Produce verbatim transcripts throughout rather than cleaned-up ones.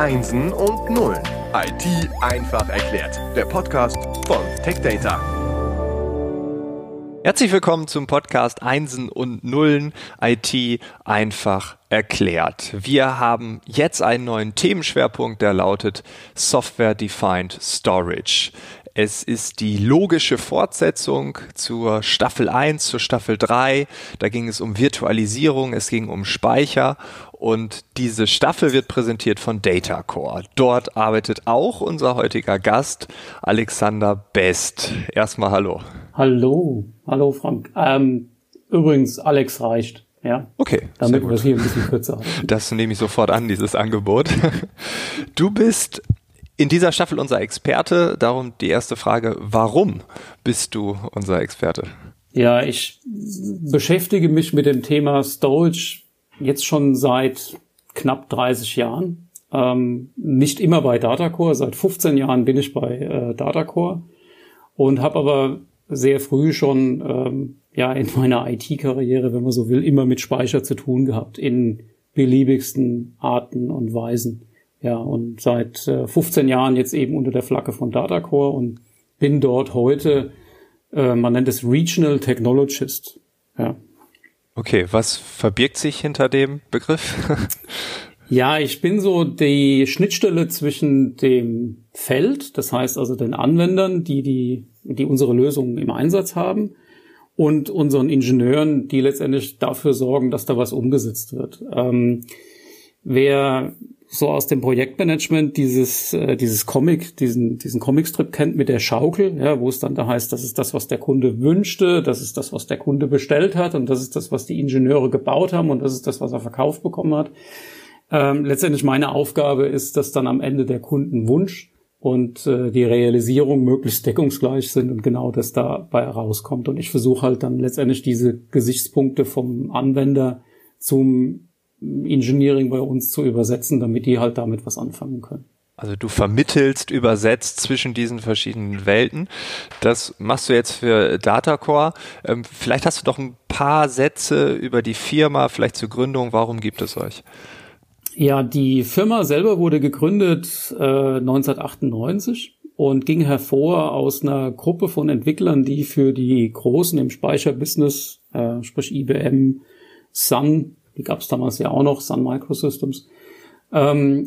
Einsen und Nullen. I T einfach erklärt. Der Podcast von TechData. Herzlich willkommen zum Podcast Einsen und Nullen, I T einfach erklärt. Wir haben jetzt einen neuen Themenschwerpunkt, der lautet Software Defined Storage. Es ist die logische Fortsetzung zur Staffel eins, zur Staffel drei. Da ging es um Virtualisierung, es ging um Speicher und diese Staffel wird präsentiert von Datacore. Dort arbeitet auch unser heutiger Gast, Alexander Best. Erstmal hallo. Hallo, hallo Frank. Ähm, übrigens, Alex reicht. Ja. Okay. Damit wir es hier ein bisschen kürzer haben. Das nehme ich sofort an, dieses Angebot. Du bist in dieser Staffel unser Experte, darum die erste Frage, warum bist du unser Experte? Ja, ich beschäftige mich mit dem Thema Storage jetzt schon seit knapp dreißig Jahren. Ähm, nicht immer bei Datacore, seit fünfzehn Jahren bin ich bei äh, Datacore und habe aber sehr früh schon ähm, ja in meiner I T-Karriere, wenn man so will, immer mit Speicher zu tun gehabt, in beliebigsten Arten und Weisen. Ja, und seit äh, fünfzehn Jahren jetzt eben unter der Flagge von Datacore und bin dort heute, äh, man nennt es Regional Technologist. Ja. Okay, was verbirgt sich hinter dem Begriff? Ja, ich bin so die Schnittstelle zwischen dem Feld, das heißt also den Anwendern, die die, die unsere Lösungen im Einsatz haben, und unseren Ingenieuren, die letztendlich dafür sorgen, dass da was umgesetzt wird. Ähm, wer so aus dem Projektmanagement dieses äh, dieses Comic, diesen diesen Comicstrip kennt mit der Schaukel, ja, wo es dann da heißt, das ist das, was der Kunde wünschte, das ist das, was der Kunde bestellt hat und das ist das, was die Ingenieure gebaut haben und das ist das, was er verkauft bekommen hat. Ähm, letztendlich meine Aufgabe ist, dass dann am Ende der Kundenwunsch und äh, die Realisierung möglichst deckungsgleich sind und genau das dabei rauskommt. Und ich versuche halt dann letztendlich diese Gesichtspunkte vom Anwender zum Engineering bei uns zu übersetzen, damit die halt damit was anfangen können. Also du vermittelst, übersetzt zwischen diesen verschiedenen Welten. Das machst du jetzt für Datacore. Ähm, vielleicht hast du doch ein paar Sätze über die Firma, vielleicht zur Gründung. Warum gibt es euch? Ja, die Firma selber wurde gegründet äh, neunzehnhundertachtundneunzig und ging hervor aus einer Gruppe von Entwicklern, die für die Großen im Speicherbusiness, äh, sprich I B M, Sun, die gab es damals ja auch noch, Sun Microsystems, ähm,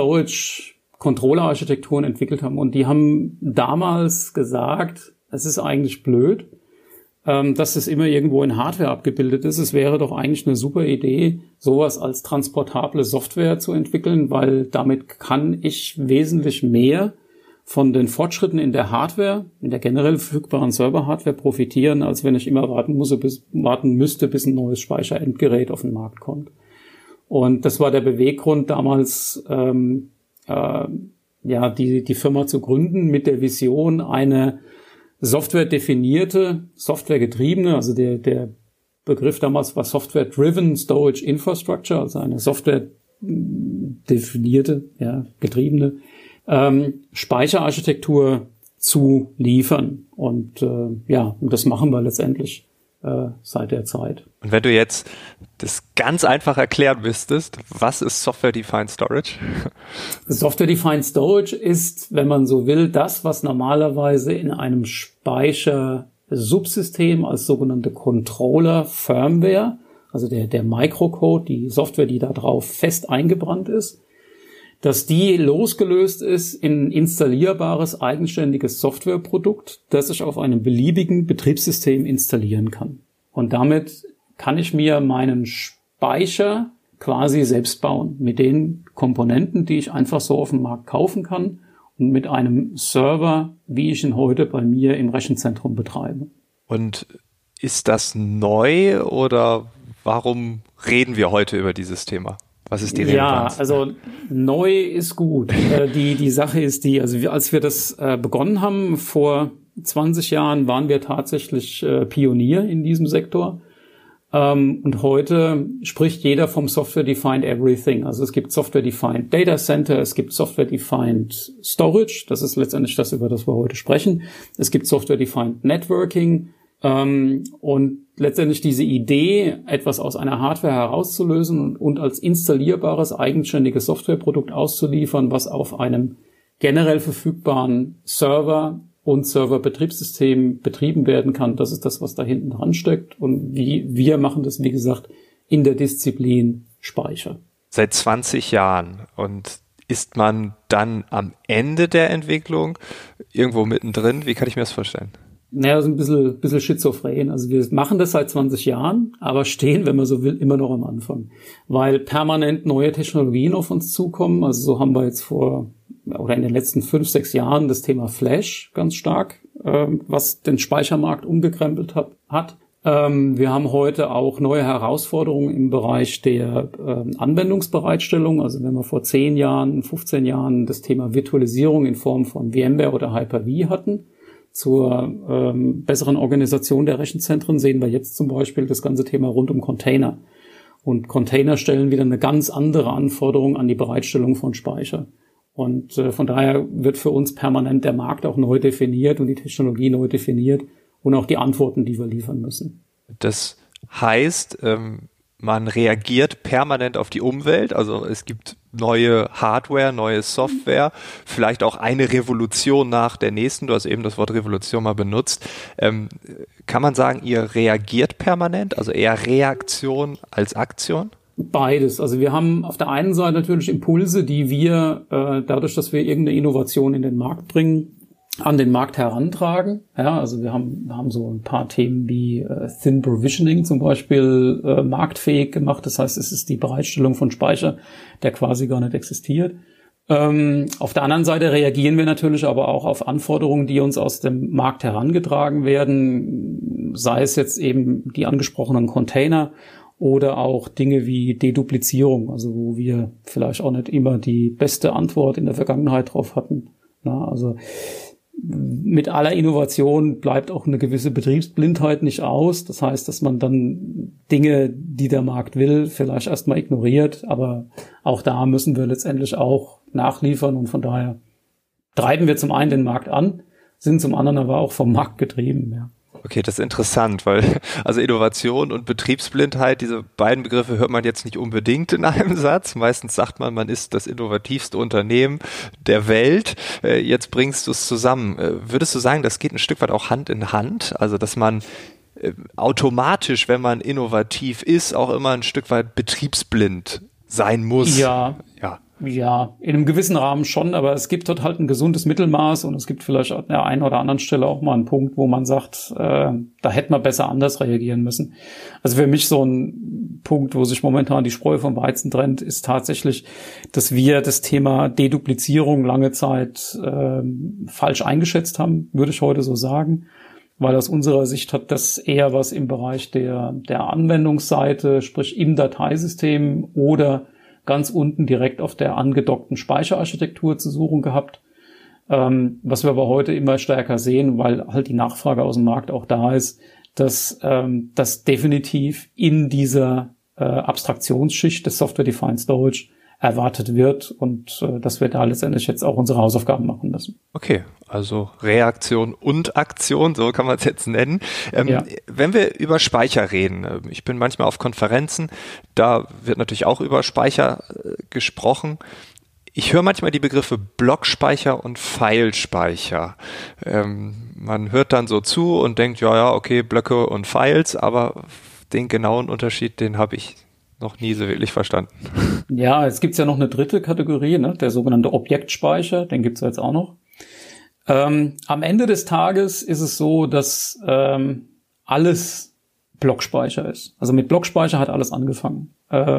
Storage-Controller-Architekturen entwickelt haben. Und die haben damals gesagt, es ist eigentlich blöd, ähm, dass es immer irgendwo in Hardware abgebildet ist. Es wäre doch eigentlich eine super Idee, sowas als transportable Software zu entwickeln, weil damit kann ich wesentlich mehr von den Fortschritten in der Hardware, in der generell verfügbaren Server-Hardware profitieren, als wenn ich immer warten muss, bis, warten müsste, bis ein neues Speicherendgerät auf den Markt kommt. Und das war der Beweggrund damals, ähm, äh, ja, die, die Firma zu gründen mit der Vision, eine software-definierte, software-getriebene, also der, der Begriff damals war Software-Driven Storage Infrastructure, also eine software-definierte, ja, getriebene Ähm, Speicherarchitektur zu liefern. Und äh, ja, und das machen wir letztendlich äh, seit der Zeit. Und wenn du jetzt das ganz einfach erklären müsstest, was ist Software-Defined Storage? Software-Defined Storage ist, wenn man so will, das, was normalerweise in einem Speichersubsystem als sogenannte Controller-Firmware, also der, der Microcode, die Software, die da drauf fest eingebrannt ist, dass die losgelöst ist in ein installierbares, eigenständiges Softwareprodukt, das ich auf einem beliebigen Betriebssystem installieren kann. Und damit kann ich mir meinen Speicher quasi selbst bauen, mit den Komponenten, die ich einfach so auf dem Markt kaufen kann und mit einem Server, wie ich ihn heute bei mir im Rechenzentrum betreibe. Und ist das neu oder warum reden wir heute über dieses Thema? Was ist die Relevanz? Ja, also neu ist gut. äh, die die Sache ist die, also wir, als wir das äh, begonnen haben, vor zwanzig Jahren, waren wir tatsächlich äh, Pionier in diesem Sektor. Ähm, und heute spricht jeder vom Software-Defined Everything. Also es gibt Software-Defined Data Center, es gibt Software-Defined Storage, das ist letztendlich das, über das wir heute sprechen. Es gibt Software-Defined Networking, Ähm, und letztendlich diese Idee, etwas aus einer Hardware herauszulösen und, und als installierbares, eigenständiges Softwareprodukt auszuliefern, was auf einem generell verfügbaren Server und Serverbetriebssystem betrieben werden kann, das ist das, was da hinten dran steckt. Und wie, wir machen das, wie gesagt, in der Disziplin Speicher. Seit zwanzig Jahren. Und ist man dann am Ende der Entwicklung irgendwo mittendrin? Wie kann ich mir das vorstellen? Naja, das ist ein bisschen, bisschen schizophren. Also wir machen das seit zwanzig Jahren, aber stehen, wenn man so will, immer noch am Anfang. Weil permanent neue Technologien auf uns zukommen. Also so haben wir jetzt vor, oder in den letzten fünf, sechs Jahren das Thema Flash ganz stark, ähm, was den Speichermarkt umgekrempelt hat. hat. Ähm, wir haben heute auch neue Herausforderungen im Bereich der ähm, Anwendungsbereitstellung. Also wenn wir vor zehn Jahren, fünfzehn Jahren das Thema Virtualisierung in Form von VMware oder Hyper-V hatten, zur ähm, besseren Organisation der Rechenzentren sehen wir jetzt zum Beispiel das ganze Thema rund um Container. Und Container stellen wieder eine ganz andere Anforderung an die Bereitstellung von Speicher. Und äh, von daher wird für uns permanent der Markt auch neu definiert und die Technologie neu definiert und auch die Antworten, die wir liefern müssen. Das heißt, ähm, man reagiert permanent auf die Umwelt, also es gibt neue Hardware, neue Software, vielleicht auch eine Revolution nach der nächsten. Du hast eben das Wort Revolution mal benutzt. Ähm, kann man sagen, ihr reagiert permanent, also eher Reaktion als Aktion? Beides. Also wir haben auf der einen Seite natürlich Impulse, die wir äh, dadurch, dass wir irgendeine Innovation in den Markt bringen, an den Markt herantragen. Ja, also wir haben, wir haben so ein paar Themen wie äh, Thin Provisioning zum Beispiel äh, marktfähig gemacht. Das heißt, es ist die Bereitstellung von Speicher, der quasi gar nicht existiert. Ähm, auf der anderen Seite reagieren wir natürlich aber auch auf Anforderungen, die uns aus dem Markt herangetragen werden, sei es jetzt eben die angesprochenen Container oder auch Dinge wie Deduplizierung, also wo wir vielleicht auch nicht immer die beste Antwort in der Vergangenheit drauf hatten. Ja, also mit aller Innovation bleibt auch eine gewisse Betriebsblindheit nicht aus. Das heißt, dass man dann Dinge, die der Markt will, vielleicht erstmal ignoriert. Aber auch da müssen wir letztendlich auch nachliefern. Und von daher treiben wir zum einen den Markt an, sind zum anderen aber auch vom Markt getrieben. Ja. Okay, das ist interessant, weil also Innovation und Betriebsblindheit, diese beiden Begriffe hört man jetzt nicht unbedingt in einem Satz. Meistens sagt man, man ist das innovativste Unternehmen der Welt. Jetzt bringst du es zusammen. Würdest du sagen, das geht ein Stück weit auch Hand in Hand? Also, dass man automatisch, wenn man innovativ ist, auch immer ein Stück weit betriebsblind sein muss? Ja. Ja. Ja, in einem gewissen Rahmen schon, aber es gibt dort halt ein gesundes Mittelmaß und es gibt vielleicht an der einen oder anderen Stelle auch mal einen Punkt, wo man sagt, äh, da hätte man besser anders reagieren müssen. Also für mich so ein Punkt, wo sich momentan die Spreu vom Weizen trennt, ist tatsächlich, dass wir das Thema Deduplizierung lange Zeit äh, falsch eingeschätzt haben, würde ich heute so sagen, weil aus unserer Sicht hat das eher was im Bereich der, der Anwendungsseite, sprich im Dateisystem oder ganz unten direkt auf der angedockten Speicherarchitektur zu suchen gehabt, ähm, was wir aber heute immer stärker sehen, weil halt die Nachfrage aus dem Markt auch da ist, dass ähm, das definitiv in dieser äh, Abstraktionsschicht des Software-Defined Storage erwartet wird und äh, dass wir da letztendlich jetzt auch unsere Hausaufgaben machen müssen. Okay, also Reaktion und Aktion, so kann man es jetzt nennen. Ähm, ja. Wenn wir über Speicher reden, ich bin manchmal auf Konferenzen, da wird natürlich auch über Speicher äh, gesprochen. Ich höre manchmal die Begriffe Blockspeicher und Filespeicher. Ähm, man hört dann so zu und denkt, ja, ja, okay, Blöcke und Files, aber den genauen Unterschied, den habe ich noch nie so wirklich verstanden. Ja, es gibt ja noch eine dritte Kategorie, ne? Der sogenannte Objektspeicher, den gibt's ja jetzt auch noch. Ähm, am Ende des Tages ist es so, dass ähm, alles Blockspeicher ist. Also mit Blockspeicher hat alles angefangen.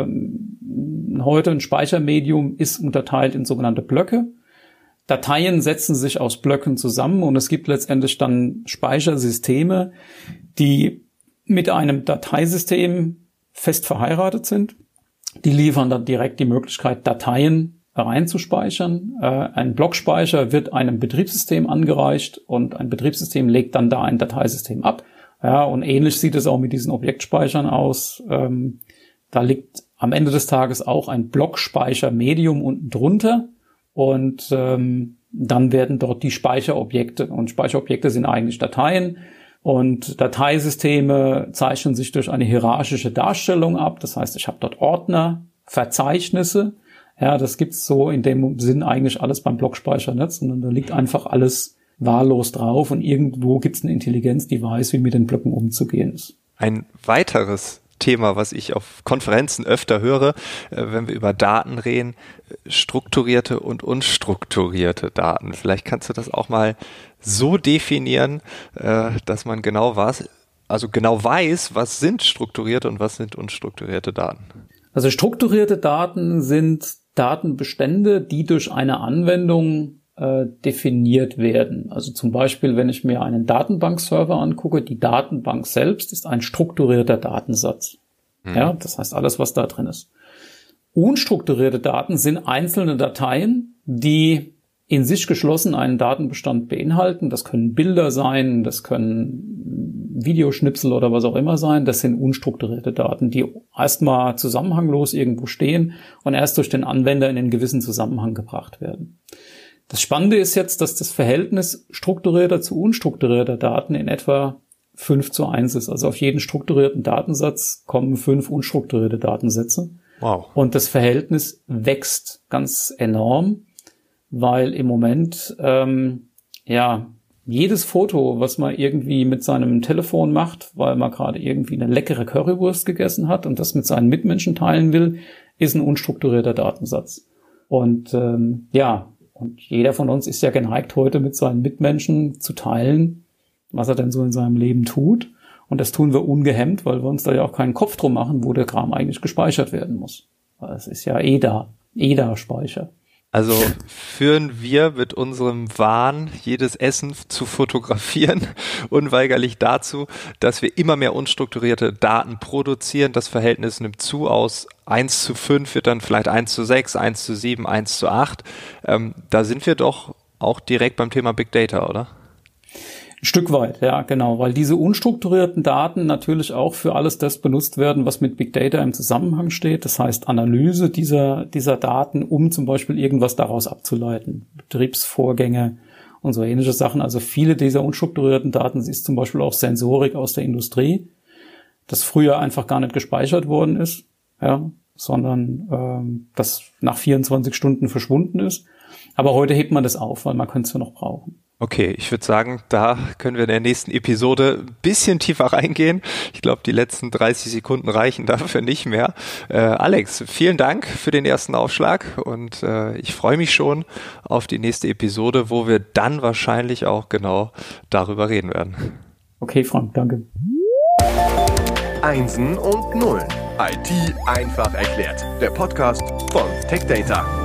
Ähm, heute ein Speichermedium ist unterteilt in sogenannte Blöcke. Dateien setzen sich aus Blöcken zusammen und es gibt letztendlich dann Speichersysteme, die mit einem Dateisystem fest verheiratet sind. Die liefern dann direkt die Möglichkeit, Dateien reinzuspeichern. Äh, ein Blockspeicher wird einem Betriebssystem angereicht und ein Betriebssystem legt dann da ein Dateisystem ab. Ja, und ähnlich sieht es auch mit diesen Objektspeichern aus. Ähm, da liegt am Ende des Tages auch ein Blockspeichermedium unten drunter und ähm, dann werden dort die Speicherobjekte, und Speicherobjekte sind eigentlich Dateien, Und Dateisysteme zeichnen sich durch eine hierarchische Darstellung ab. Das heißt, ich habe dort Ordner, Verzeichnisse. Ja, das gibt's so in dem Sinn eigentlich alles beim Blockspeicher nicht, sondern da liegt einfach alles wahllos drauf und irgendwo gibt's eine Intelligenz, die weiß, wie mit den Blöcken umzugehen ist. Ein weiteres Thema, was ich auf Konferenzen öfter höre, wenn wir über Daten reden, strukturierte und unstrukturierte Daten. Vielleicht kannst du das auch mal so definieren, dass man genau was, also genau weiß, was sind strukturierte und was sind unstrukturierte Daten. Also strukturierte Daten sind Datenbestände, die durch eine Anwendung äh, definiert werden. Also zum Beispiel, wenn ich mir einen Datenbankserver angucke, die Datenbank selbst ist ein strukturierter Datensatz. Hm. Ja, das heißt alles, was da drin ist. Unstrukturierte Daten sind einzelne Dateien, die in sich geschlossen einen Datenbestand beinhalten. Das können Bilder sein, das können Videoschnipsel oder was auch immer sein. Das sind unstrukturierte Daten, die erstmal zusammenhanglos irgendwo stehen und erst durch den Anwender in einen gewissen Zusammenhang gebracht werden. Das Spannende ist jetzt, dass das Verhältnis strukturierter zu unstrukturierter Daten in etwa fünf zu eins ist. Also auf jeden strukturierten Datensatz kommen fünf unstrukturierte Datensätze. Wow. Und das Verhältnis wächst ganz enorm, weil im Moment, ähm, ja, jedes Foto, was man irgendwie mit seinem Telefon macht, weil man gerade irgendwie eine leckere Currywurst gegessen hat und das mit seinen Mitmenschen teilen will, ist ein unstrukturierter Datensatz. Und ähm, ja, und jeder von uns ist ja geneigt, heute mit seinen Mitmenschen zu teilen, was er denn so in seinem Leben tut. Und das tun wir ungehemmt, weil wir uns da ja auch keinen Kopf drum machen, wo der Kram eigentlich gespeichert werden muss. Weil es ist ja eh da, eh da Speicher. Also führen wir mit unserem Wahn, jedes Essen zu fotografieren, unweigerlich dazu, dass wir immer mehr unstrukturierte Daten produzieren. Das Verhältnis nimmt zu, aus eins zu fünf wird dann vielleicht eins zu sechs, eins zu sieben, eins zu acht. Ähm, da sind wir doch auch direkt beim Thema Big Data, oder? Ein Stück weit, ja, genau, weil diese unstrukturierten Daten natürlich auch für alles das benutzt werden, was mit Big Data im Zusammenhang steht. Das heißt Analyse dieser, dieser Daten, um zum Beispiel irgendwas daraus abzuleiten. Betriebsvorgänge und so ähnliche Sachen. Also viele dieser unstrukturierten Daten ist zum Beispiel auch Sensorik aus der Industrie, das früher einfach gar nicht gespeichert worden ist, ja, sondern ähm, das nach vierundzwanzig Stunden verschwunden ist. Aber heute hebt man das auf, weil man könnte es ja noch brauchen. Okay, ich würde sagen, da können wir in der nächsten Episode ein bisschen tiefer reingehen. Ich glaube, die letzten dreißig Sekunden reichen dafür nicht mehr. Äh, Alex, vielen Dank für den ersten Aufschlag und äh, ich freue mich schon auf die nächste Episode, wo wir dann wahrscheinlich auch genau darüber reden werden. Okay, Frank, danke. Einsen und Nullen. I T einfach erklärt. Der Podcast von TechData.